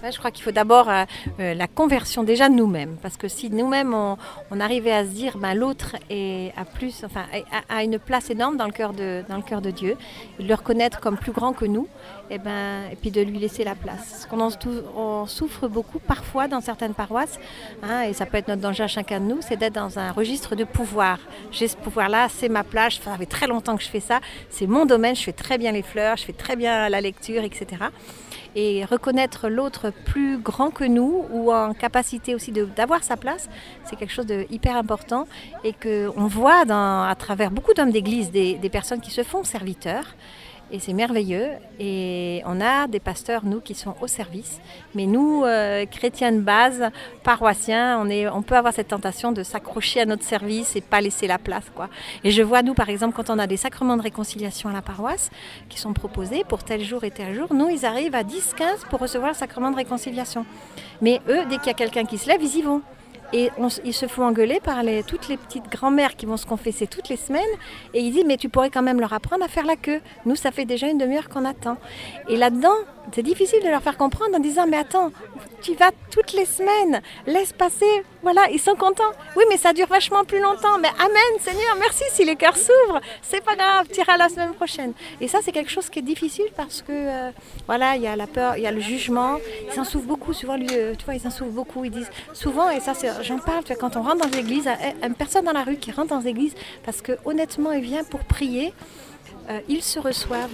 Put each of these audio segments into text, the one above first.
Ouais, je crois qu'il faut d'abord la conversion déjà de nous-mêmes. Parce que si nous-mêmes, on arrivait à se dire ben, l'autre a une place énorme dans le cœur de Dieu, et de le reconnaître comme plus grand que nous, et puis de lui laisser la place. Parce on souffre beaucoup parfois dans certaines paroisses, hein, et ça peut être notre danger à chacun de nous, c'est d'être dans un registre de pouvoir. J'ai ce pouvoir-là, c'est ma place, ça fait très longtemps que je fais ça, c'est mon domaine, je fais très bien les fleurs, je fais très bien la lecture, etc. Et reconnaître l'autre plus grand que nous ou en capacité aussi d'avoir sa place, c'est quelque chose de hyper important et qu'on voit à travers beaucoup d'hommes d'église des personnes qui se font serviteurs. Et c'est merveilleux. Et on a des pasteurs, nous, qui sont au service. Mais nous, chrétiens de base, paroissiens, on peut avoir cette tentation de s'accrocher à notre service et pas laisser la place, quoi. Et je vois, nous, par exemple, quand on a des sacrements de réconciliation à la paroisse qui sont proposés pour tel jour et tel jour, nous, ils arrivent à 10-15 pour recevoir le sacrement de réconciliation. Mais eux, dès qu'il y a quelqu'un qui se lève, ils y vont. Et ils se font engueuler par toutes les petites grand-mères qui vont se confesser toutes les semaines. Et ils disent, mais tu pourrais quand même leur apprendre à faire la queue. Nous, ça fait déjà une demi-heure qu'on attend. Et là-dedans, c'est difficile de leur faire comprendre en disant, mais attends, tu vas toutes les semaines, laisse passer. Voilà, ils sont contents. Oui, mais ça dure vachement plus longtemps. Mais amen, Seigneur, merci si les cœurs s'ouvrent. C'est pas grave, tu iras la semaine prochaine. Et ça, c'est quelque chose qui est difficile parce que, voilà, il y a la peur, il y a le jugement. Ils en souffrent beaucoup. Souvent, tu vois, ils en souffrent beaucoup. Ils disent souvent, et ça, j'en parle, tu vois, quand on rentre dans l'église, une personne dans la rue qui rentre dans l'église, parce que honnêtement, il vient pour prier. Ils se reçoivent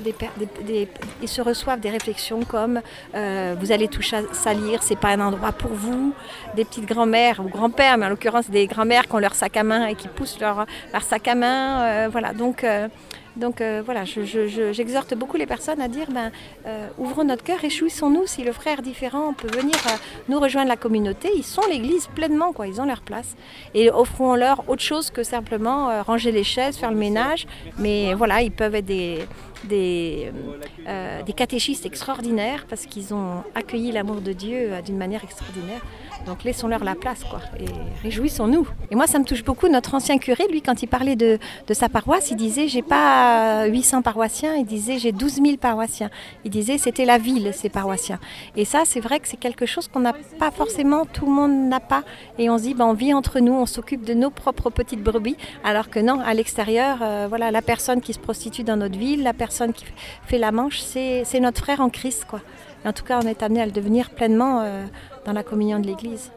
des réflexions comme vous allez tout salir, c'est pas un endroit pour vous. Des petites grand-mères ou grands-pères, mais en l'occurrence des grand-mères qui ont leur sac à main et qui poussent leur sac à main. Voilà, donc voilà, j'exhorte beaucoup les personnes à dire ouvrons notre cœur, réjouissons-nous si le frère différent peut venir nous rejoindre la communauté. Ils sont l'église pleinement, quoi, ils ont leur place. Et offrons-leur autre chose que simplement ranger les chaises, faire le ménage. Mais voilà, ils peuvent être des catéchistes extraordinaires parce qu'ils ont accueilli l'amour de Dieu d'une manière extraordinaire. Donc laissons-leur la place, quoi, et réjouissons-nous. Et moi, ça me touche beaucoup. Notre ancien curé, lui, quand il parlait de sa paroisse, il disait, j'ai pas 800 paroissiens, il disait, j'ai 12 000 paroissiens. Il disait, c'était la ville, ces paroissiens. Et ça, c'est vrai que c'est quelque chose qu'on n'a pas forcément, tout le monde n'a pas. Et on se dit, on vit entre nous, on s'occupe de nos propres petites brebis, alors que non, à l'extérieur, voilà, la personne qui se prostitue dans notre ville, la personne qui fait la manche, c'est notre frère en Christ, quoi. Et en tout cas, on est amené à le devenir pleinement dans la communion de l'Église.